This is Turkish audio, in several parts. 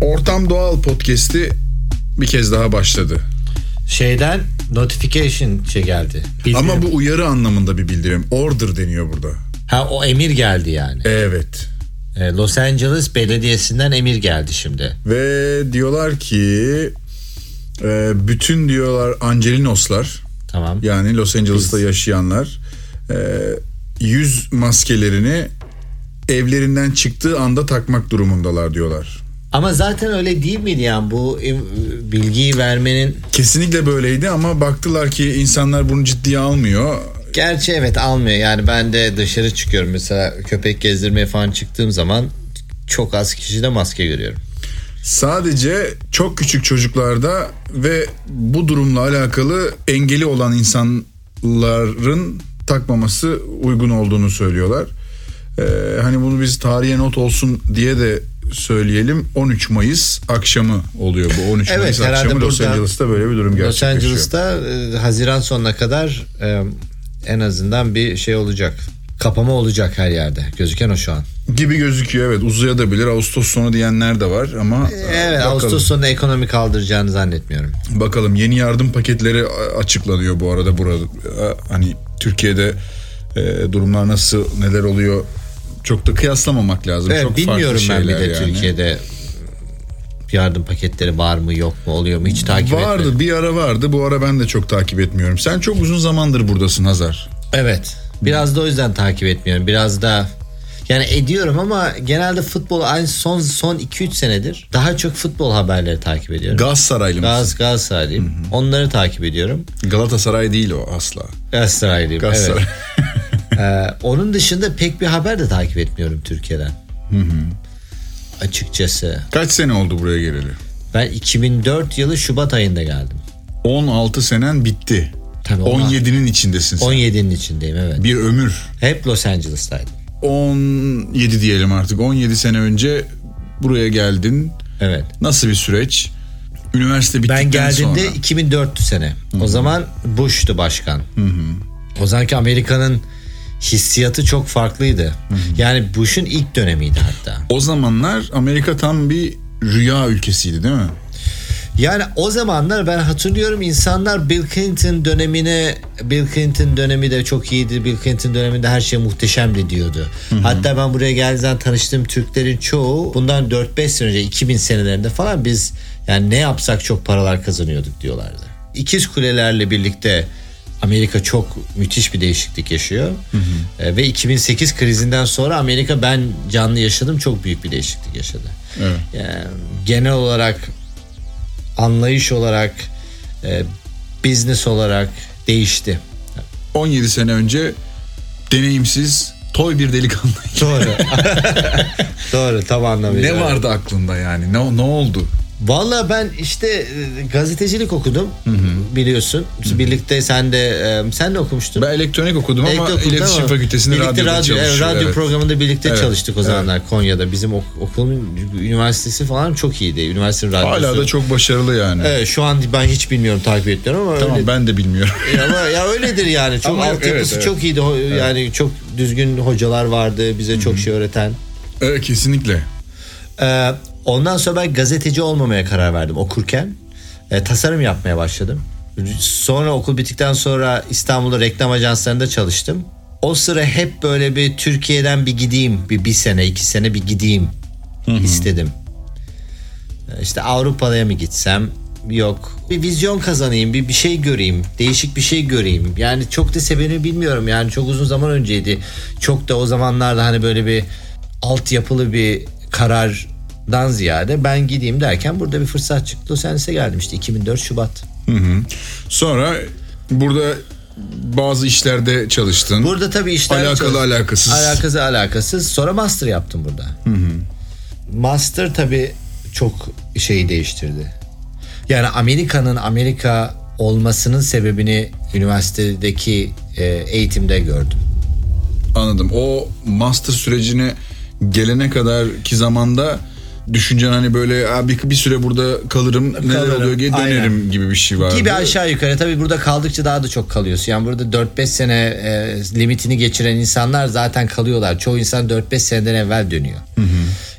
Ortam Doğal podcast'i bir kez daha başladı. Şeyden notification geldi. Bildirim. Ama bu uyarı anlamında bir bildirim. Order deniyor burada. Ha, o emir geldi yani. Evet. Los Angeles Belediyesi'nden emir geldi şimdi. Ve diyorlar ki bütün diyorlar Angelinoslar, tamam, yani Los Angeles'ta yaşayanlar yüz maskelerini evlerinden çıktığı anda takmak durumundalar diyorlar. Ama zaten öyle değil miydi yani bu bilgiyi vermenin? Kesinlikle böyleydi ama baktılar ki insanlar bunu ciddiye almıyor. Gerçi evet, almıyor. Yani ben de dışarı çıkıyorum mesela, köpek gezdirmeye falan çıktığım zaman çok az kişide maske görüyorum. Sadece çok küçük çocuklarda ve bu durumla alakalı engeli olan insanların takmaması uygun olduğunu söylüyorlar. Hani bunu biz tarihe not olsun diye de söyleyelim. 13 Mayıs akşamı oluyor bu. 13 Evet, Mayıs akşamı Los Angeles'ta böyle bir durum gerçekleşiyor. Los Angeles'ta Haziran sonuna kadar en azından bir şey olacak. Kapama olacak her yerde. Gözüken o şu an. Gibi gözüküyor, evet. Uzayabilir. Ağustos sonu diyenler de var ama evet, bakalım. Ağustos sonu ekonomi kaldıracağını zannetmiyorum. Bakalım, yeni yardım paketleri açıklanıyor bu arada burada. Hani Türkiye'de durumlar nasıl, neler oluyor çok da kıyaslamamak lazım. Evet, çok bilmiyorum farklı ben bir de yani. Türkiye'de yardım paketleri var mı yok mu, oluyor mu hiç takip etmiyorum. Vardı, bir ara vardı, bu ara ben de çok takip etmiyorum. Sen çok uzun zamandır buradasın Hazar. Evet, biraz da o yüzden takip etmiyorum. Biraz da yani ediyorum ama genelde futbol, aynı son 2-3 senedir daha çok futbol haberleri takip ediyorum. Galatasaraylı mısın? Galatasaraylıyım. Onları takip ediyorum. Galatasaray değil o asla. Galatasaraylıyım. Galatasaray. Evet. Onun dışında pek bir haber de takip etmiyorum Türkiye'den. Açıkçası. Kaç sene oldu buraya geleli? Ben 2004 yılı Şubat ayında geldim. 16 senen bitti. Tabii 17'nin içindesin sen. 17'nin içindeyim, evet. Bir ömür. Hep Los Angeles'taydım. 17 diyelim artık. 17 sene önce buraya geldin. Evet. Nasıl bir süreç? Üniversite bittikten sonra. Ben geldiğimde 2004'tü sene. O zaman Bush'tu başkan. O zamanki Amerika'nın hissiyatı çok farklıydı. Yani Bush'un ilk dönemiydi hatta. O zamanlar Amerika tam bir rüya ülkesiydi değil mi? Yani o zamanlar ben hatırlıyorum, insanlar Bill Clinton dönemi de çok iyiydi. Bill Clinton döneminde her şey muhteşemdi diyordu. Hatta ben buraya geldiğimden tanıştığım Türklerin çoğu bundan 4-5 sene önce, 2000 senelerinde falan, biz yani ne yapsak çok paralar kazanıyorduk diyorlardı. İkiz Kulelerle birlikte Amerika çok müthiş bir değişiklik yaşıyor. Ve 2008 krizinden sonra Amerika, ben canlı yaşadım, çok büyük bir değişiklik yaşadı. Evet. Yani genel olarak, anlayış olarak, business olarak değişti. 17 sene önce deneyimsiz, toy bir delikanlı. Doğru. Doğru, tam anlamıyla. Ne vardı aklında yani? Ne oldu? Vallahi ben işte gazetecilik okudum, biliyorsun. Birlikte sen de okumuştun. Ben elektronik okudum ama iletişim fakültesinde radyoda çalışıyorum. Radyo programında birlikte çalıştık o zamanlar Konya'da. Bizim okulun üniversitesi falan çok iyiydi. Üniversitenin radyosu. Hala da çok başarılı yani. Evet, şu an ben hiç bilmiyorum, takip etmiyorum ama tamam, öyle. ben de bilmiyorum. Ama ya öyledir yani. Çok altyapısı çok iyiydi. Yani çok düzgün hocalar vardı, bize çok şey öğreten. Evet, kesinlikle. Ondan sonra ben gazeteci olmamaya karar verdim okurken. Tasarım yapmaya başladım. Sonra okul bittikten sonra İstanbul'da reklam ajanslarında çalıştım. O sıra hep böyle bir Türkiye'den bir gideyim, bir sene 2 sene bir gideyim istedim. İşte Avrupa'ya mı gitsem, yok bir vizyon kazanayım, bir şey göreyim, değişik bir şey göreyim. Yani çok da sebebini bilmiyorum, yani çok uzun zaman önceydi. Çok da o zamanlarda hani böyle bir altyapılı bir karardan ziyade ben gideyim derken burada bir fırsat çıktı. Los Angeles'e geldim işte 2004 Şubat. Sonra burada bazı işlerde çalıştın. Burada tabii işler alakasız. Sonra master yaptım burada. Master tabii çok şeyi değiştirdi. Yani Amerika'nın Amerika olmasının sebebini üniversitedeki eğitimde gördüm. Anladım. O master sürecine gelene kadar ki zamanda düşüncen hani böyle bir süre burada kalırım, neler oluyor diye dönerim gibi bir şey vardı. Gibi aşağı yukarı. Tabii burada kaldıkça daha da çok kalıyorsun. Yani burada 4-5 sene limitini geçiren insanlar zaten kalıyorlar. Çoğu insan 4-5 seneden evvel dönüyor.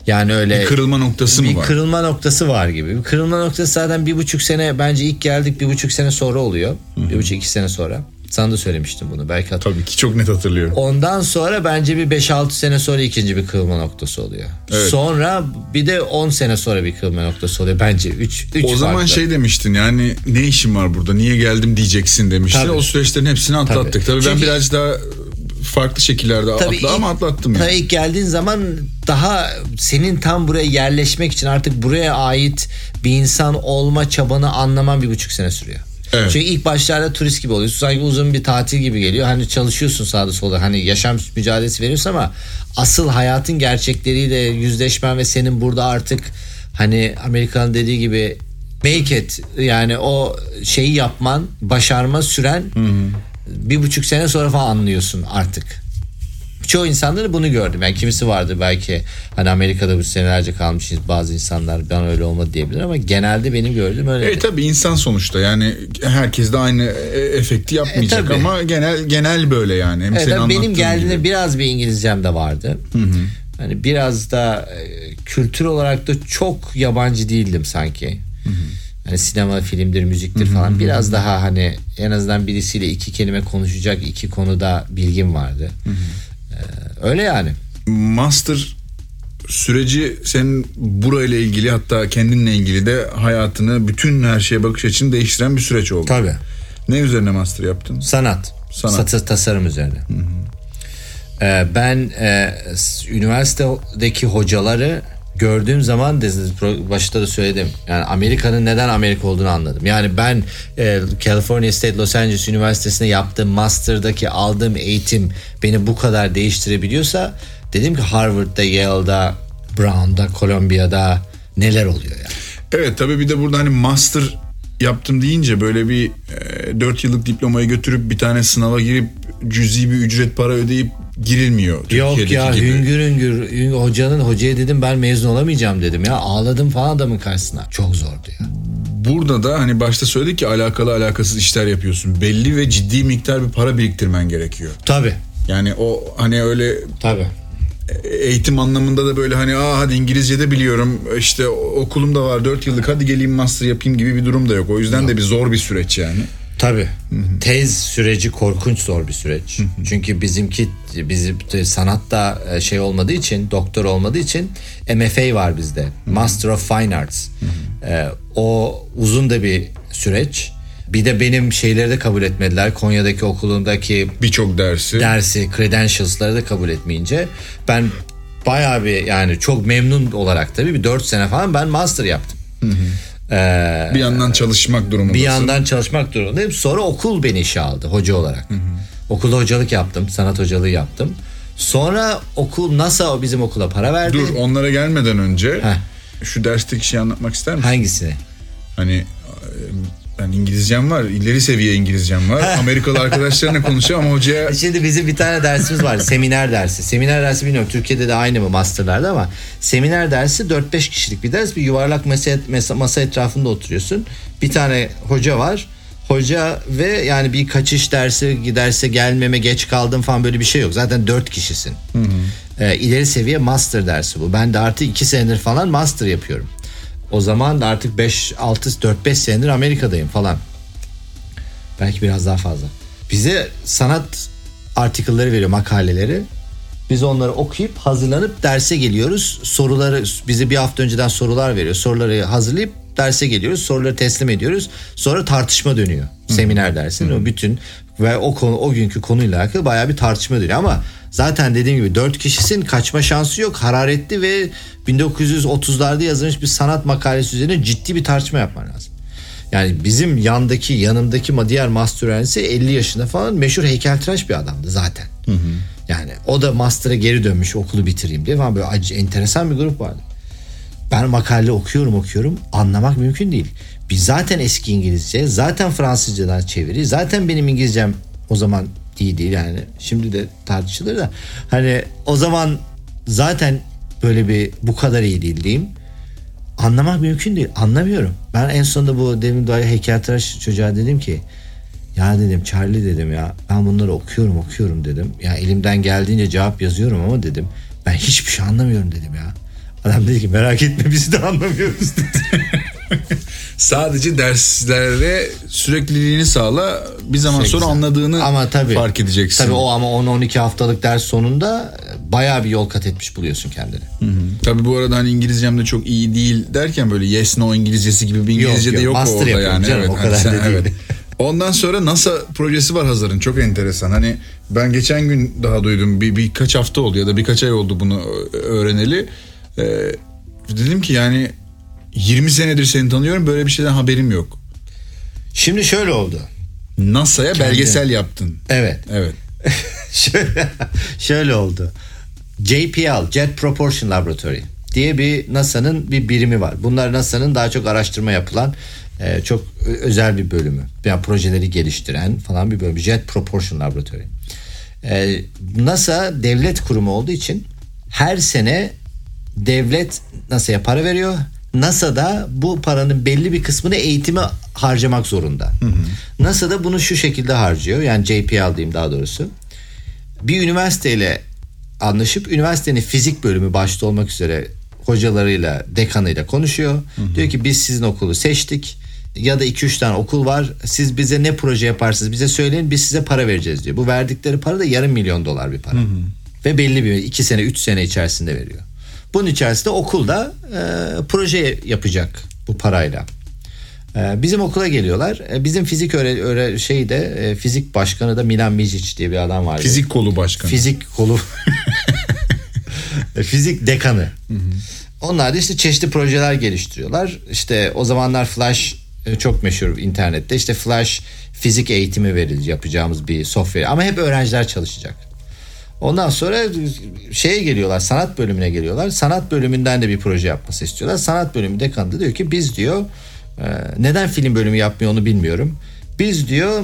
Yani öyle bir kırılma noktası mı var? Bir kırılma noktası var gibi. Bir kırılma noktası zaten 1,5 sene, bence ilk geldik 1,5 sene sonra oluyor. 1,5-2 sene sonra. Sana da söylemiştim bunu belki. Tabii ki çok net hatırlıyorum. Ondan sonra bence bir 5-6 sene sonra ikinci bir kırılma noktası oluyor. Evet. Sonra bir de 10 sene sonra bir kırılma noktası oluyor bence. 3 O zaman farklı. şey demiştin, yani ne işim var burada, niye geldim diyeceksin demiştin. Tabii. O süreçlerin hepsini atlattık. Tabii ben Çünkü, biraz daha farklı şekillerde ama atlattım yani. Tabii ilk geldiğin zaman daha senin tam buraya yerleşmek için, artık buraya ait bir insan olma çabanı anlaman 1,5 sene sürüyor. Evet. Çünkü ilk başlarda turist gibi oluyorsun. Sanki uzun bir tatil gibi geliyor. Hani çalışıyorsun sağda solda. Hani yaşam mücadelesi veriyorsun ama asıl hayatın gerçekleriyle yüzleşmen ve senin burada artık hani Amerikan dediği gibi make it, yani o şeyi yapman, başarma süren 1,5 sene sonra falan anlıyorsun artık. Çoğu insanları bunu gördüm. Yani kimisi vardı belki hani Amerika'da bu senelerce kalmış bazı insanlar, ben öyle olmadı diyebilir ama genelde benim gördüğüm öyle. Tabii insan sonuçta, yani herkes de aynı efekti yapmayacak ama genel böyle yani. Hem benim geldiğinde gibi biraz bir İngilizcem de vardı. Hani biraz da kültür olarak da çok yabancı değildim sanki. Hani sinema, filmdir, müziktir falan. Biraz daha hani en azından birisiyle 2 kelime konuşacak 2 konuda bilgim vardı. Öyle yani. Master süreci senin burayla ilgili, hatta kendinle ilgili de hayatını, bütün her şeye bakış açını değiştiren bir süreç oldu. Tabii. Ne üzerine master yaptın? Sanat. Tasarım üzerine. Ben üniversitedeki hocaları gördüğüm zaman başta da söyledim. Yani Amerika'nın neden Amerika olduğunu anladım. Yani ben California State Los Angeles Üniversitesi'nde yaptığım master'daki aldığım eğitim beni bu kadar değiştirebiliyorsa, dedim ki Harvard'da, Yale'da, Brown'da, Columbia'da neler oluyor yani. Evet, tabii bir de burada hani master yaptım deyince böyle bir 4 yıllık diplomayı götürüp bir tane sınava girip cüzi bir ücret para ödeyip girilmiyor. Yok ya, hüngür hocaya dedim ben mezun olamayacağım dedim ya, ağladım falan adamın karşısına, çok zordu ya. Burada da hani başta söyledik ki alakalı alakasız işler yapıyorsun, belli ve ciddi miktar bir para biriktirmen gerekiyor. Tabii. Yani o hani öyle tabii eğitim anlamında da böyle hani hadi İngilizce de biliyorum, işte okulum da var 4 yıllık, hadi geleyim master yapayım gibi bir durum da yok. O yüzden de bir zor bir süreç yani. Tabii. Tez süreci korkunç zor bir süreç. Çünkü bizim sanatta şey olmadığı için, doktor olmadığı için MFA var bizde. Master of Fine Arts. O uzun da bir süreç. Bir de benim şeyleri de kabul etmediler. Konya'daki okulundaki birçok dersi, credentials'ları da kabul etmeyince ben bayağı bir, yani çok memnun olarak tabii bir 4 sene falan ben master yaptım. Bir yandan çalışmak durumundasın. Bir yandan çalışmak durumundayım. Sonra okul beni işe aldı hoca olarak. Okulda hocalık yaptım. Sanat hocalığı yaptım. Sonra okul, NASA bizim okula para verdi. Dur, onlara gelmeden önce şu dersteki şeyi anlatmak ister misin? Hangisini? Hani ben İngilizcem var, ileri seviye İngilizcem var. Amerikalı arkadaşlarla konuşuyorum ama hocaya... Şimdi bizim bir tane dersimiz var, seminer dersi. Seminer dersi bilmiyorum Türkiye'de de aynı mı masterlarda, ama seminer dersi 4-5 kişilik bir ders. Bir yuvarlak masa etrafında oturuyorsun. Bir tane hoca var. Hoca ve yani bir kaçış derse gelmeme, geç kaldım falan, böyle bir şey yok. Zaten 4 kişisin. İleri seviye master dersi bu. Ben de artık 2 senedir falan master yapıyorum. O zaman da artık 4-5 senedir Amerika'dayım falan. Belki biraz daha fazla. Bize sanat article'ları veriyor, makaleleri. Biz onları okuyup hazırlanıp derse geliyoruz. Soruları, bize bir hafta önceden sorular veriyor. Soruları hazırlayıp derse geliyoruz. Soruları teslim ediyoruz. Sonra tartışma dönüyor. Seminer dersinin o bütün ve o günkü konuyla alakalı bayağı bir tartışma dönüyor ama zaten dediğim gibi 4 kişisin, kaçma şansı yok. Hararetli ve 1930'larda yazılmış bir sanat makalesi üzerine ciddi bir tartışma yapman lazım. Yani bizim yanımdaki diğer master öğrencisi 50 yaşında falan, meşhur heykeltıraş bir adamdı zaten. Yani o da master'a geri dönmüş okulu bitireyim diye falan, böyle enteresan bir grup vardı. Ben makale okuyorum, anlamak mümkün değil. Biz zaten eski İngilizce, zaten Fransızcadan çeviri, zaten benim İngilizcem o zaman iyi değil yani. Şimdi de tartışılır da hani o zaman zaten böyle bu kadar iyi değil diyeyim. Anlamak mümkün değil. Anlamıyorum. Ben en sonunda bu demin daha heykeltıraş çocuğa dedim ki, ya dedim Charlie dedim, ya ben bunları okuyorum dedim. Ya elimden geldiğince cevap yazıyorum ama dedim ben hiçbir şey anlamıyorum dedim ya. Adam dedi ki merak etme biz de anlamıyoruz. Sadece derslere sürekliliğini sağla, bir zaman sonra anladığını ama fark edeceksin. Tabii o ama 10-12 haftalık ders sonunda bayağı bir yol kat etmiş buluyorsun kendini. Tabii bu arada hani İngilizcem de çok iyi değil derken böyle yes no İngilizcesi gibi bir İngilizce de yok master orada yani. Canım, evet, o kadar da değil. Evet. Ondan sonra NASA projesi var Hazar'ın, çok enteresan. Hani ben geçen gün daha duydum, birkaç hafta oldu ya da birkaç ay oldu bunu öğreneli. Dedim ki yani 20 senedir seni tanıyorum, böyle bir şeyden haberim yok. Şimdi şöyle oldu. NASA'ya belgesel yaptın. Evet. şöyle oldu. JPL, Jet Propulsion Laboratory diye bir NASA'nın bir birimi var. Bunlar NASA'nın daha çok araştırma yapılan çok özel bir bölümü. Yani projeleri geliştiren falan bir bölüm. Jet Propulsion Laboratory. NASA devlet kurumu olduğu için her sene devlet NASA'ya para veriyor. NASA da bu paranın belli bir kısmını eğitime harcamak zorunda. NASA da bunu şu şekilde harcıyor. Yani JPL diyeyim daha doğrusu. Bir üniversiteyle anlaşıp üniversitenin fizik bölümü başta olmak üzere hocalarıyla, dekanıyla konuşuyor. Diyor ki biz sizin okulu seçtik. Ya da 2-3 tane okul var. Siz bize ne proje yaparsınız bize söyleyin, biz size para vereceğiz diyor. Bu verdikleri para da $500,000 bir para. Ve belli bir 2 sene 3 sene içerisinde veriyor. Bunun içerisinde okulda proje yapacak bu parayla. Bizim okula geliyorlar. Bizim fizik fizik başkanı da Milan Mijic diye bir adam var. Fizik kolu başkanı. Fizik kolu. Fizik dekanı. Onlar da işte çeşitli projeler geliştiriyorlar. İşte o zamanlar Flash çok meşhur internette. İşte Flash fizik eğitimi verilir, yapacağımız bir software. Ama hep öğrenciler çalışacak. Ondan sonra geliyorlar, sanat bölümüne geliyorlar. Sanat bölümünden de bir proje yapması istiyorlar. Sanat bölümü dekanı da diyor ki biz diyor neden film bölümü yapmıyor onu bilmiyorum. Biz diyor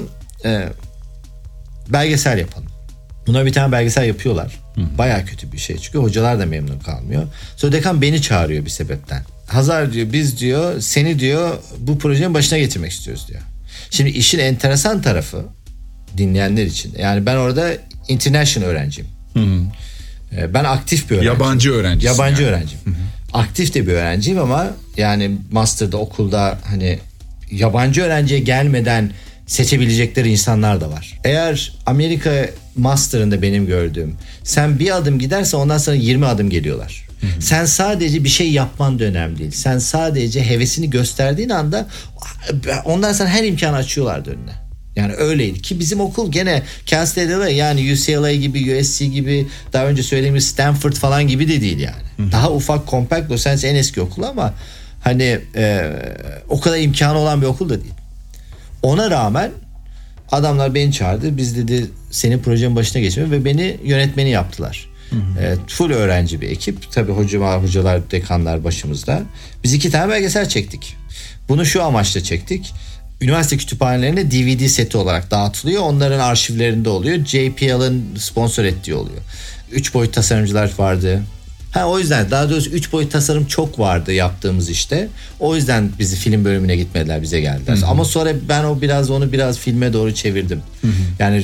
belgesel yapalım. Buna bir tane belgesel yapıyorlar. Bayağı kötü bir şey çıkıyor. Hocalar da memnun kalmıyor. Sonra dekan beni çağırıyor bir sebepten. Hazar diyor biz diyor seni diyor bu projenin başına getirmek istiyoruz diyor. Şimdi işin enteresan tarafı dinleyenler için. Yani ben orada international öğrenciyim. Ben aktif bir öğrenciyim. Yabancı öğrenciyim. Aktif de bir öğrenciyim ama yani master'da okulda hani yabancı öğrenciye gelmeden seçebilecekleri insanlar da var. Eğer Amerika master'ında benim gördüğüm sen bir adım gidersen ondan sonra 20 adım geliyorlar. Sen sadece bir şey yapman da önemli değil. Sen sadece hevesini gösterdiğin anda ondan sonra her imkanı açıyorlardı önüne. Yani öyleydi ki bizim okul gene Cal State yani UCLA gibi, USC gibi, daha önce söylediğimiz Stanford falan gibi de değil yani. Daha ufak, compact, Los Angeles en eski okul ama hani o kadar imkanı olan bir okul da değil. Ona rağmen adamlar beni çağırdı. Biz dedi senin projenin başına geçme ve beni yönetmeni yaptılar. Full öğrenci bir ekip. Tabii hocalar, dekanlar başımızda. Biz 2 tane belgesel çektik. Bunu şu amaçla çektik. Üniversite kütüphanelerine DVD seti olarak dağıtılıyor. Onların arşivlerinde oluyor. JPL'ın sponsor ettiği oluyor. 3 boyut tasarımcılar vardı. O yüzden daha doğrusu 3 boyut tasarım çok vardı yaptığımız işte. O yüzden bizi film bölümüne gitmediler, bize geldiler. Ama sonra ben onu biraz filme doğru çevirdim. Yani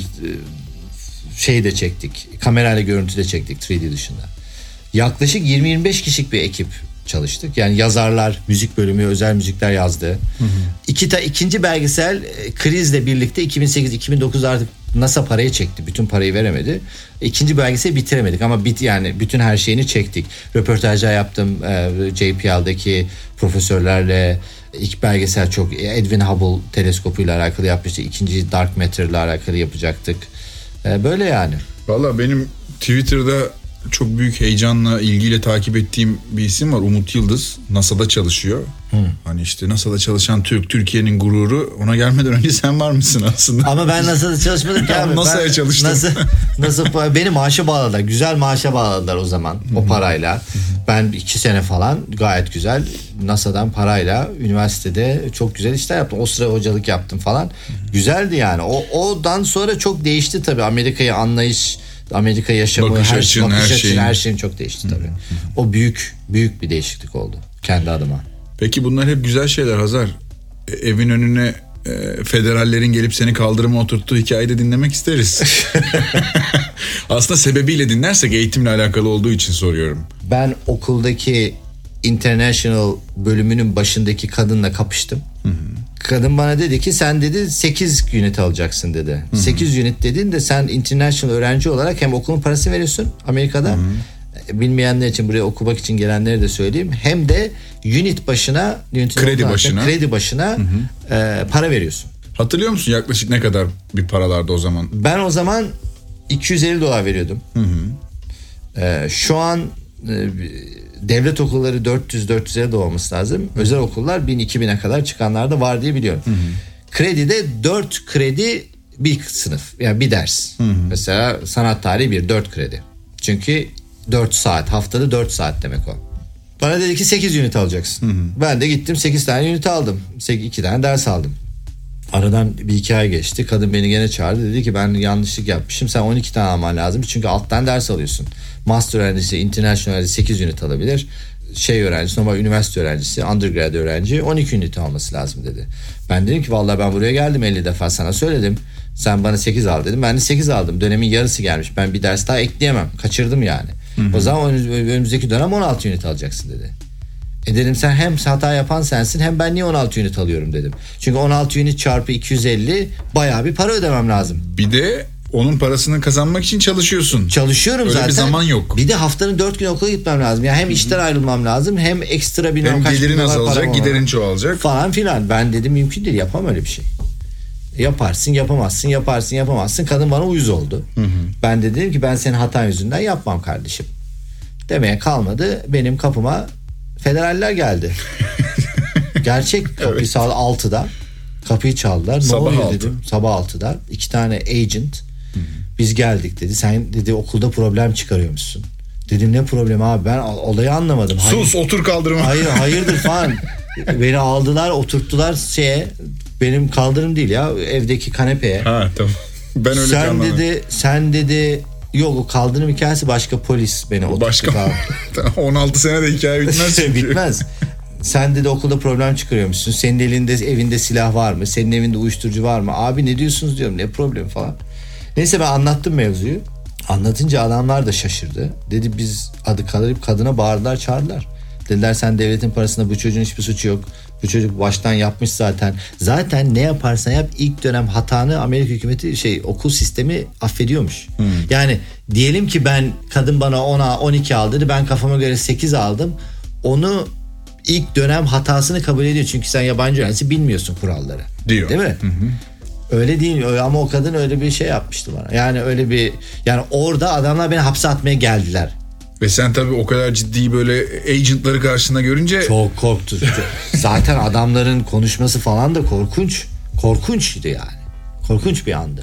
de çektik. Kamerayla görüntü de çektik 3D dışında. Yaklaşık 20-25 kişilik bir ekip çalıştık. Yani yazarlar, müzik bölümü özel müzikler yazdı. İkinci belgesel krizle birlikte 2008-2009 artık NASA parayı çekti. Bütün parayı veremedi. İkinci belgeseli bitiremedik ama yani bütün her şeyini çektik. Röportajlar yaptım JPL'deki profesörlerle. İlk belgesel çok Edwin Hubble teleskopuyla alakalı yapmıştık. İkinci Dark Matter'la alakalı yapacaktık. Böyle yani. Valla benim Twitter'da çok büyük heyecanla, ilgiyle takip ettiğim bir isim var. Umut Yıldız. NASA'da çalışıyor. Hani işte NASA'da çalışan Türkiye'nin gururu. Ona gelmeden önce sen var mısın aslında? Ama ben NASA'da çalışmadım ki abi. NASA'ya çalıştım. NASA beni maaşa bağladılar. Güzel maaşa bağladılar o zaman. O parayla. Ben 2 sene falan gayet güzel NASA'dan parayla üniversitede çok güzel işler yaptım. O sıra hocalık yaptım falan. Güzeldi yani. Odan sonra çok değişti tabii. Amerika'yı anlayış, Amerika yaşamı, bakış açın, her şeyin çok değişti tabii. O büyük bir değişiklik oldu kendi adıma. Peki bunlar hep güzel şeyler Hazar. Evin önüne federallerin gelip seni kaldırıma oturttuğu hikayeyi de dinlemek isteriz. Aslında sebebiyle dinlersek eğitimle alakalı olduğu için soruyorum. Ben okuldaki International bölümünün başındaki kadınla kapıştım. Kadın bana dedi ki sen dedi 8 unit alacaksın dedi. 8 unit dedin de sen international öğrenci olarak hem okulun parasını veriyorsun Amerika'da. Bilmeyenler için, buraya okumak için gelenlere de söyleyeyim. Hem de unit başına, kredi başına para veriyorsun. Hatırlıyor musun yaklaşık ne kadar bir paralardı o zaman? Ben o zaman $250 veriyordum. Şu an devlet okulları 400-450 de olması lazım. Özel okullar 1000-2000'e kadar çıkanlar da var diye biliyorum. Kredide 4 kredi bir sınıf. Yani bir ders. Mesela sanat tarihi 4 kredi. Çünkü 4 saat. Haftada 4 saat demek o. Bana dedi ki 8 unit alacaksın. Ben de gittim 8 tane unit aldım. 2 tane ders aldım. Aradan 1-2 ay geçti. Kadın beni gene çağırdı. Dedi ki ben yanlışlık yapmışım. Sen 12 tane alman lazım. Çünkü alttan ders alıyorsun. Master öğrencisi, international öğrencisi 8 unit alabilir. Öğrencisi, normal üniversite öğrencisi, undergrad öğrenci 12 unit alması lazım dedi. Ben dedim ki vallahi ben buraya geldim 50 defa sana söyledim. Sen bana 8 al dedim. Ben de 8 aldım. Dönemin yarısı gelmiş. Ben bir ders daha ekleyemem. Kaçırdım yani. O zaman önümüzdeki dönem 16 unit alacaksın dedi. Dedim sen hem hata yapan sensin hem ben niye 16 unit alıyorum dedim. Çünkü 16 unit çarpı 250 bayağı bir para ödemem lazım. Bir de onun parasını kazanmak için çalışıyorsun. Çalışıyorum öyle zaten. Öyle bir zaman yok. Bir de haftanın 4 gün okula gitmem lazım. Yani hem işten ayrılmam lazım hem ekstra bir hem gelirin azalacak, giderin çoğalacak. Falan filan. Ben dedim mümkün değil, yapamam öyle bir şey. Yaparsın yapamazsın, yaparsın yapamazsın. Kadın bana uyuz oldu. Ben de dedim ki ben senin hatan yüzünden yapmam kardeşim. Demeye kalmadı. Benim kapıma federaller geldi. Gerçek kapı saat 6'da kapıyı çaldılar. Sabah ne oluyor 6. dedim. Sabah 6'da 2 tane agent biz geldik dedi. Sen dedi okulda problem çıkarıyormuşsun. Dedim ne problemi abi, ben olayı anlamadım. Sus otur kaldırma. Hayırdır falan. Beni aldılar oturttular benim kaldırım değil ya, evdeki kanepeye. Ha tamam. Ben öyle sen dedi yok o kaldırım hikayesi başka, polis beni oturttu. Başka 16 sene de hikaye bitmez çünkü. Bitmez. Sen dedi okulda problem çıkarıyormuşsun. Senin evinde silah var mı? Senin evinde uyuşturucu var mı? Abi ne diyorsunuz diyorum, ne problemi falan. Neyse ben anlattım mevzuyu. Anlatınca adamlar da şaşırdı. Dedi biz adı kalıp kadına bağırdılar çağırdılar. Dediler sen devletin parasında, bu çocuğun hiçbir suçu yok. Bu çocuk baştan yapmış zaten. Zaten ne yaparsan yap ilk dönem hatanı Amerika hükümeti okul sistemi affediyormuş. Yani diyelim ki ben kadın bana 10'a 12 al dedi. Ben kafama göre 8 aldım. Onu ilk dönem hatasını kabul ediyor. Çünkü sen yabancı öğrencisi bilmiyorsun kuralları. Diyor. Değil mi? Öyle değil ama o kadın öyle bir şey yapmıştı bana. Yani orada adamlar beni hapse atmaya geldiler. Ve sen tabii o kadar ciddi böyle agentları karşına görünce çok korktu. Zaten adamların konuşması falan da korkunçtu yani. Korkunç bir andı.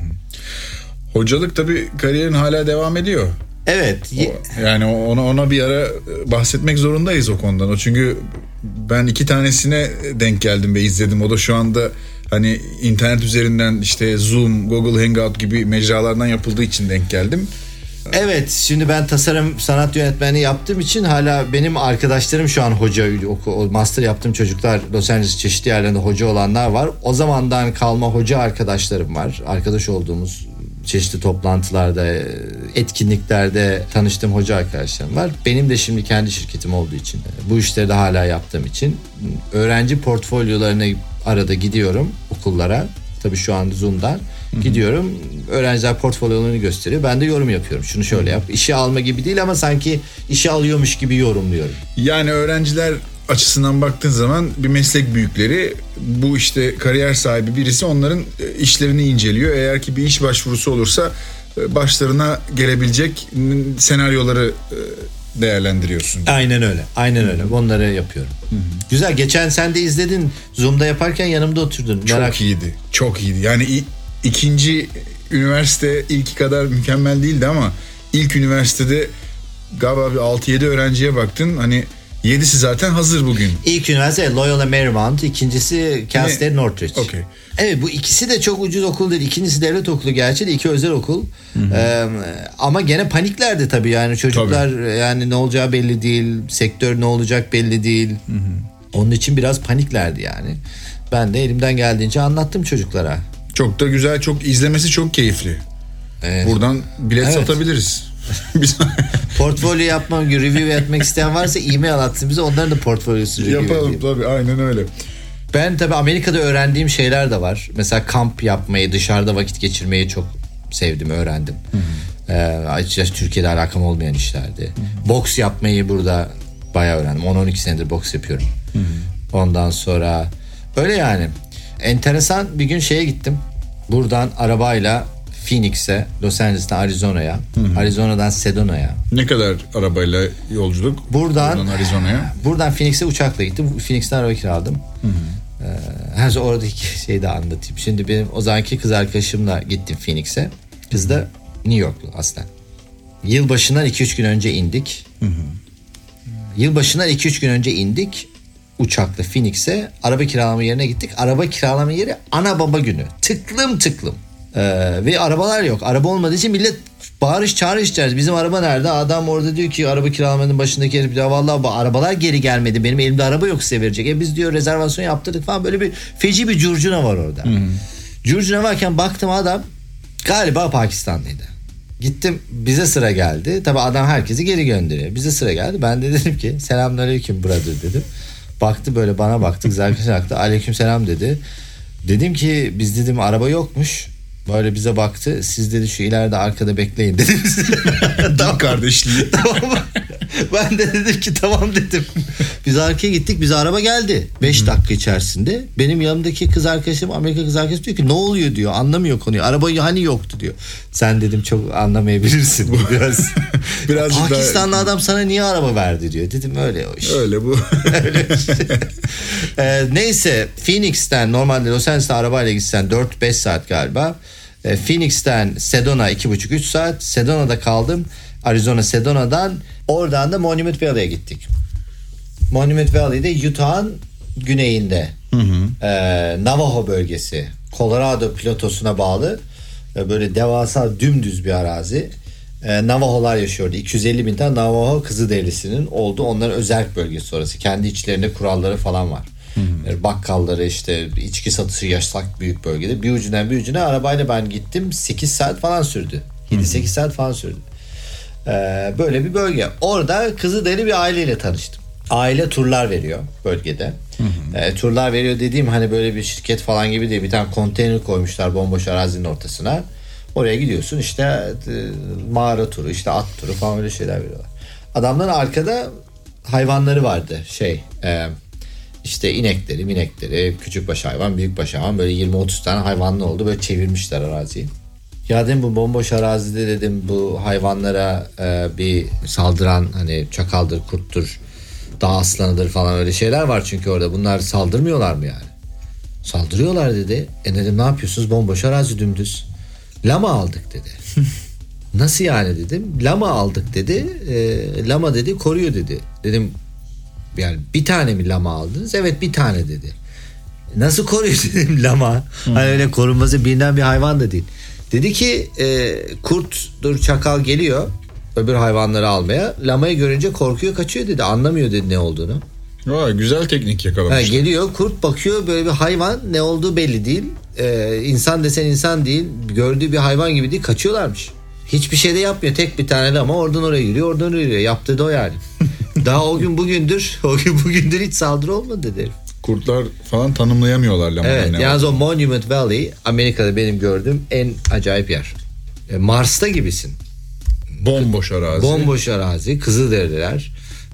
Hocalık tabii kariyerin hala devam ediyor. Evet. Yani ona bir ara bahsetmek zorundayız o konudan. Çünkü ben 2 tanesine denk geldim ve izledim. O da şu anda hani internet üzerinden işte Zoom, Google Hangout gibi mecralardan yapıldığı için denk geldim. Evet, şimdi ben tasarım sanat yönetmenliği yaptığım için hala benim arkadaşlarım şu an hoca, master yaptığım çocuklar Los Angeles çeşitli yerlerinde hoca olanlar var. O zamandan kalma hoca arkadaşlarım var. Arkadaş olduğumuz çeşitli toplantılarda, etkinliklerde tanıştığım hoca arkadaşlarım var. Benim de şimdi kendi şirketim olduğu için, bu işleri de hala yaptığım için öğrenci portfolyolarına arada gidiyorum okullara. Tabii şu an Zoom'dan gidiyorum. Öğrenciler portfolyolarını gösteriyor. Ben de yorum yapıyorum. Şunu şöyle yap. İşe alma gibi değil ama sanki işe alıyormuş gibi yorumluyorum. Yani öğrenciler açısından baktığın zaman bir meslek büyükleri, bu işte kariyer sahibi birisi onların işlerini inceliyor. Eğer ki bir iş başvurusu olursa başlarına gelebilecek senaryoları değerlendiriyorsun. Aynen öyle. Bunları yapıyorum. Güzel. Geçen sen de izledin. Zoom'da yaparken yanımda oturdun. Çok iyiydi. Yani ikinci üniversite ilki kadar mükemmel değildi ama ilk üniversitede galiba bir 6-7 öğrenciye baktın. Hani 7'si zaten hazır bugün. İlk üniversite Loyola Marymount, ikincisi Cal State Northridge. Okay. Evet, bu ikisi de çok ucuz okul değil. İkincisi devlet okulu gerçi de, 2 özel okul. Ama gene paniklerdi tabii yani çocuklar. Tabii. Yani ne olacağı belli değil. Sektör ne olacak belli değil. Onun için biraz paniklerdi yani. Ben de elimden geldiğince anlattım çocuklara. Çok da güzel, çok izlemesi çok keyifli. Evet. Buradan bilet satabiliriz. Portfolyo yapmam, review yapmak isteyen varsa e-mail atsın bize, onların da portfolyosunu review Yapalım edeyim. tabii, aynen öyle. Ben tabii Amerika'da öğrendiğim şeyler de var. Mesela kamp yapmayı, dışarıda vakit geçirmeyi çok sevdim, öğrendim. Açıkçası Türkiye'de alakam olmayan işlerdi. Boks yapmayı burada bayağı öğrendim. 10-12 senedir boks yapıyorum. Ondan sonra öyle yani. Enteresan bir gün şeye gittim. Buradan arabayla Phoenix'e, Los Angeles'tan Arizona'ya, Arizona'dan Sedona'ya. Ne kadar arabayla yolculuk? Buradan Arizona'ya. Buradan Phoenix'e uçakla gittim. Phoenix'ten araba kiraladım. Her şey oradaki şeyi de anlatayım. Şimdi benim o zamanki kız arkadaşımla gittim Phoenix'e. Kız da New Yorklu aslen. Yılbaşından 2-3 gün önce indik. Yılbaşından 2-3 gün önce indik. Uçakla Phoenix'e araba kiralama yerine gittik. Araba kiralama yeri ana baba günü. Tıklım tıklım. Ve arabalar yok. Araba olmadığı için millet bağırış çağırış içeriz. Bizim araba nerede? Adam orada diyor ki araba kiralamanın başındaki herif diyor vallahi arabalar geri gelmedi. Benim elimde araba yok, size verecek. Biz diyor rezervasyon yaptırdık falan, böyle bir feci bir curcuna var orada. Curcuna varken baktım adam galiba Pakistanlıydı. Gittim, bize sıra geldi. Tabii adam herkesi geri gönderiyor. Bize sıra geldi. Ben de dedim ki selamünaleyküm brother dedim. Baktı böyle bana, baktı, güzel bir şey baktı. Aleykümselam dedi. Dedim ki biz dedim araba yokmuş. Böyle bize baktı. Siz dedi şu ileride arkada bekleyin dedi. Tamam kardeşliği. Tamam. Ben de dedim ki tamam dedim. Biz arkaya gittik. Bize araba geldi. 5 dakika içerisinde. Benim yanımdaki kız arkadaşım, Amerika kız arkadaşım diyor ki ne oluyor diyor. Anlamıyor konuyu. Araba hani yoktu diyor. Sen dedim çok anlamayabilirsin. Bu biraz. Pakistanlı adam sana niye araba verdi diyor. Dedim öyle o iş. Öyle bu. Öyle neyse Phoenix'ten normalde Los Angeles'te arabayla gitsen 4-5 saat galiba. Phoenix'ten Sedona 2,5-3 saat. Sedona'da kaldım. Arizona Sedona'dan, oradan da Monument Valley'e gittik. Monument Valley'de Utah'ın güneyinde. Navajo bölgesi. Colorado platosuna bağlı. Böyle devasa dümdüz bir arazi. Navajo'lar yaşıyordu. 250 bin tane Navajo Kızılderisi'nin olduğu, onların özel bölgesi orası. Kendi içlerinde kuralları falan var. Bakkalları, işte içki satışı yasak büyük bölgede. Bir ucundan bir ucuna arabayla ben gittim. 8 saat falan sürdü. 7-8 saat falan sürdü. Böyle bir bölge. Orada Kızılderili bir aileyle tanıştım. Aile turlar veriyor bölgede. Turlar veriyor dediğim hani böyle bir şirket falan gibi değil. Bir tane konteyner koymuşlar bomboş arazinin ortasına. Oraya gidiyorsun, işte mağara turu, işte at turu falan, öyle şeyler veriyorlar. Adamların arkada hayvanları vardı. İşte inekleri, küçükbaş hayvan, büyükbaş hayvan, böyle 20-30 tane hayvanlı oldu. Böyle çevirmişler araziyi. Ya dedim bu bomboş arazide dedim bu hayvanlara bir saldıran, hani çakaldır, kurttur, dağ aslanıdır falan öyle şeyler var çünkü orada. Bunlar saldırmıyorlar mı yani? Saldırıyorlar dedi. Dedim ne yapıyorsunuz? Bomboş arazi dümdüz. Lama aldık dedi. Nasıl yani dedim. Lama aldık dedi. Lama dedi koruyor dedi. Dedim yani bir tane mi lama aldınız? Evet bir tane dedi. Nasıl koruyor dedim lama. Hani öyle korunması bilinen bir hayvan da değil. Dedi ki kurttur, çakal geliyor öbür hayvanları almaya. Lamayı görünce korkuyor, kaçıyor dedi. Anlamıyor dedi ne olduğunu. Vay, güzel teknik yakalamış. Geliyor kurt, bakıyor böyle bir hayvan, ne olduğu belli değil. İnsan desen insan değil. Gördüğü bir hayvan gibi değil, kaçıyorlarmış. Hiçbir şey de yapmıyor. Tek bir tane lama oradan oraya yürüyor, oradan oraya yürüyor. Yaptığı da o yani. Daha o gün bugündür hiç saldırı olmadı dedi. Kurtlar falan tanımlayamıyorlar lamadan. Evet, yalnız o Monument Valley Amerika'da benim gördüğüm en acayip yer. Mars'ta gibisin. Bomboş arazi. Bomboş arazi, Kızılderililer.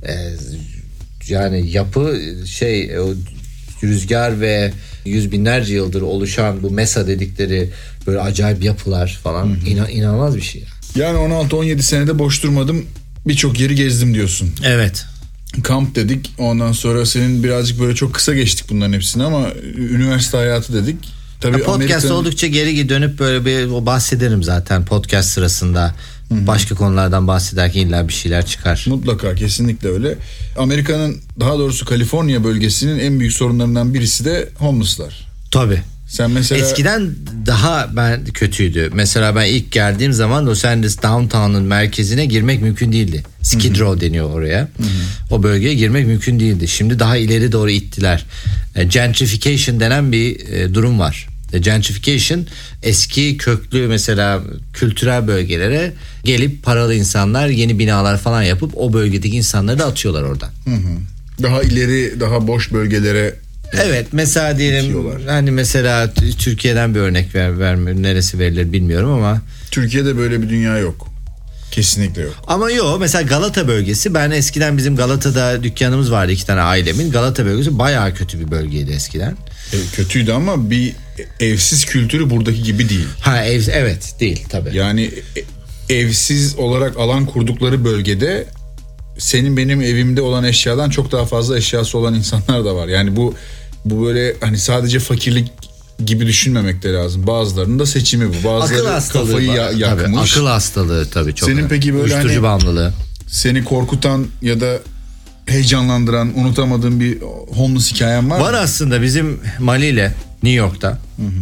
Yani yapı o rüzgar ve yüz binlerce yıldır oluşan bu mesa dedikleri böyle acayip yapılar falan, inanılmaz bir şey. Yani 16-17 senede boş durmadım, birçok yeri gezdim diyorsun. Evet. Kamp dedik, ondan sonra senin birazcık böyle çok kısa geçtik bunların hepsini ama üniversite hayatı dedik. Tabii podcast oldukça geri dönüp böyle bir bahsederim zaten podcast sırasında. Başka konulardan bahsederken illa bir şeyler çıkar. Mutlaka, kesinlikle öyle. Amerika'nın, daha doğrusu Kaliforniya bölgesinin en büyük sorunlarından birisi de homeless'lar. Tabii. Sen mesela... Eskiden daha kötüydü. Mesela ben ilk geldiğim zaman Los Angeles downtown'un merkezine girmek mümkün değildi. Skid Row deniyor oraya. O bölgeye girmek mümkün değildi. Şimdi daha ileri doğru ittiler. Gentrification denen bir durum var. Gentrification, eski köklü mesela kültürel bölgelere gelip paralı insanlar yeni binalar falan yapıp o bölgedeki insanları da atıyorlar oradan. Daha ileri, daha boş bölgelere. Evet, mesela diyelim Bitiyorlar. hani mesela Türkiye'den bir örnek verme, neresi verilir bilmiyorum ama Türkiye'de böyle bir dünya yok. Kesinlikle yok. ama yok, mesela Galata bölgesi, ben eskiden bizim Galata'da dükkanımız vardı, 2 tane ailemin. Galata bölgesi bayağı kötü bir bölgeydi eskiden. Kötüydü ama bir evsiz kültürü buradaki gibi değil. Evet değil tabii. Yani evsiz olarak alan kurdukları bölgede senin benim evimde olan eşyadan çok daha fazla eşyası olan insanlar da var. Yani bu böyle hani sadece fakirlik gibi düşünmemek de lazım. Bazılarının da seçimi bu. Bazıları Akıl hastalığı kafayı yakmış. Tabii, akıl hastalığı tabii çok. Senin peki böyle uyuşturucu hani bağımlılığı. seni korkutan ya da heyecanlandıran, unutamadığın bir homeless hikayen var mı? Var aslında, bizim Mali ile New York'ta.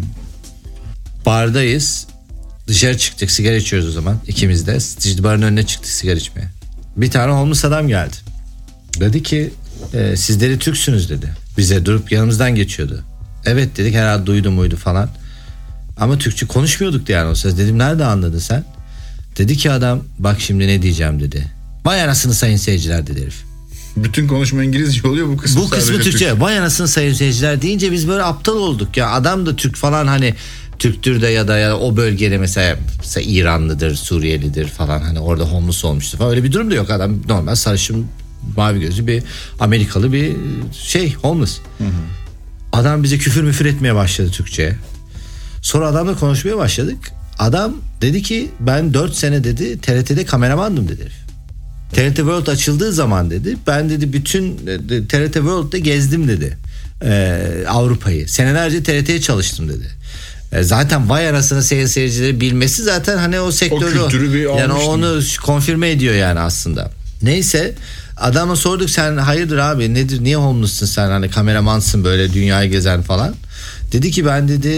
Bardayız. Dışarı çıktık, sigara içiyoruz o zaman ikimiz de. İşte barın önüne çıktık sigara içmeye. Bir tane homeless adam geldi. Dedi ki sizleri Türksünüz dedi. Bize durup yanımızdan geçiyordu. Evet dedik, herhalde duydu muydu falan. Ama Türkçe konuşmuyorduk da yani o söz. Dedim nerede anladın sen? Dedi ki adam, bak şimdi ne diyeceğim dedi. Vay anasını sayın seyirciler dedi herif. Bütün konuşma İngilizce oluyor, bu kısmı Bu kısmı Türkçe. Vay anasını sayın seyirciler deyince biz böyle aptal olduk ya. Adam da Türk falan, hani Türktür de ya da o bölgede mesela İranlıdır, Suriyelidir falan, hani orada homeless olmuştu falan. Öyle bir durum da yok. Adam normal sarışın, mavi gözlü bir Amerikalı bir homeless. Adam bize küfür müfür etmeye başladı Türkçe. Sonra adamla konuşmaya başladık. Adam dedi ki ben 4 sene dedi TRT'de kameramandım dedi herif. TRT World açıldığı zaman dedi, ben dedi bütün TRT World'da gezdim dedi. Avrupa'yı. Senelerce TRT'ye çalıştım dedi. Zaten vay anasını seyircileri bilmesi zaten hani o sektörü, o kültürü bir yani almıştım. onu konfirme ediyor yani aslında. Neyse, adama sorduk, sen hayırdır abi, nedir, niye homeless'sın sen, hani kameramansın böyle dünyayı gezen falan. Dedi ki ben dedi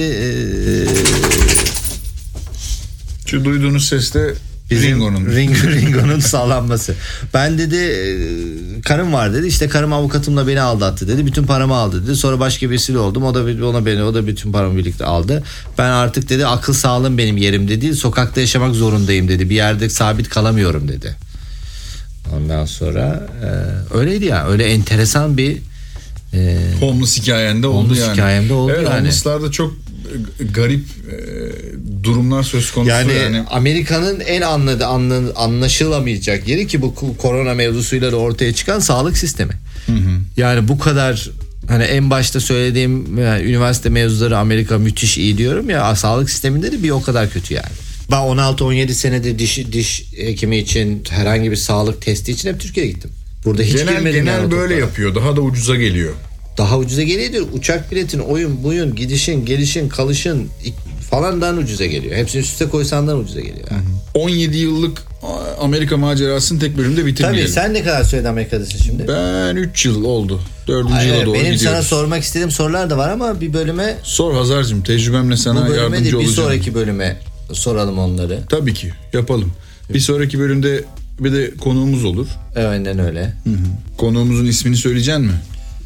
şu duyduğunuz ses de Ringo'nun sağlanması. Ben dedi karım var dedi, işte karım avukatımla beni aldattı dedi, bütün paramı aldı dedi, sonra başka birisiyle oldum, o da bütün paramı birlikte aldı. Ben artık dedi akıl sağlığım benim yerimde değil, sokakta yaşamak zorundayım dedi, bir yerde sabit kalamıyorum dedi. Ondan sonra öyleydi ya, öyle enteresan bir homeless hikayende oldu yani. Hikayemde oldu evet, yani. Homeless'larda çok garip durumlar söz konusu. Yani Amerika'nın en anlaşılamayacak yeri ki bu korona mevzusuyla da ortaya çıkan sağlık sistemi. Yani bu kadar, hani en başta söylediğim üniversite mevzuları Amerika müthiş iyi diyorum ya, sağlık sisteminde de bir o kadar kötü yani. Ben 16-17 senedir diş hekimi için, herhangi bir sağlık testi için hep Türkiye'ye gittim. Burada hiç girmedim. Genel böyle yapıyor. Daha da ucuza geliyor. Daha ucuza geliyor diyor. Uçak biletin, oyun buyun, gidişin, gelişin, kalışın falandan ucuza geliyor. Hepsini üste koysandan ucuza geliyor. Yani. 17 yıllık Amerika macerasını tek bölümde bitirmeyelim. Tabii, sen ne kadar sürede Amerika'dasın şimdi? Ben 3 yıl oldu. 4. yıla doğru benim gidiyoruz. sana sormak istediğim sorular da var ama bir bölüme... Sor Hazar'cığım, tecrübemle sana yardımcı olacağım. Bir sonraki bölüme soralım onları. Tabii ki yapalım. Bir sonraki bölümde bir de konuğumuz olur. Aynen öyle. Konuğumuzun ismini söyleyeceksin mi?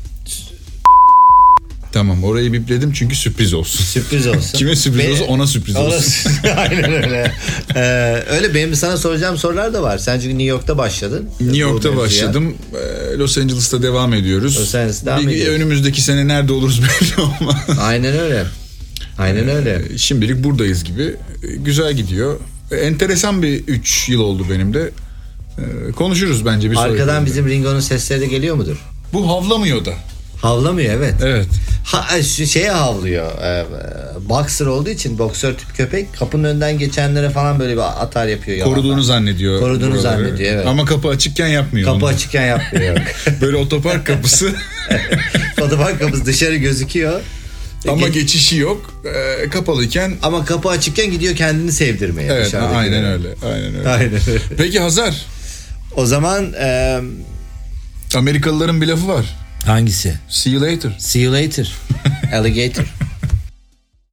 Tamam, orayı bipledim çünkü sürpriz olsun. Sürpriz olsun. Kime sürpriz olsun, ona sürpriz olsun. Aynen öyle. Öyle benim sana soracağım sorular da var. Sen çünkü New York'ta başladın. New York'ta başladım. Los Angeles'ta devam ediyoruz. Los Angeles'ta devam ediyoruz. Önümüzdeki sene nerede oluruz belli olmaz. Aynen öyle. Aynen öyle. Şimdilik buradayız gibi. Güzel gidiyor. Enteresan bir 3 yıl oldu benim de. Konuşuruz bence bir sonraki. Arkadan bizim Ringo'nun sesleri de geliyor mudur? Bu havlamıyor da. Havlamıyor, evet. Evet. Şeye havlıyor. Boxer olduğu için, boksör tip köpek, kapının önünden geçenlere falan böyle bir atar yapıyor. Koruduğunu zannediyor. Koruduğunu zannediyor, evet. Ama kapı açıkken yapmıyor. Kapı açıkken yapmıyor. Böyle otopark kapısı. Otopark kapısı dışarı gözüküyor. Ama geçişi yok. Kapalıyken. Ama kapı açıkken gidiyor kendini sevdirmeye. Evet, aynen öyle. Aynen öyle. Peki Hazar. O zaman Amerikalıların bir lafı var. hangisi? See you later. See you later. Alligator.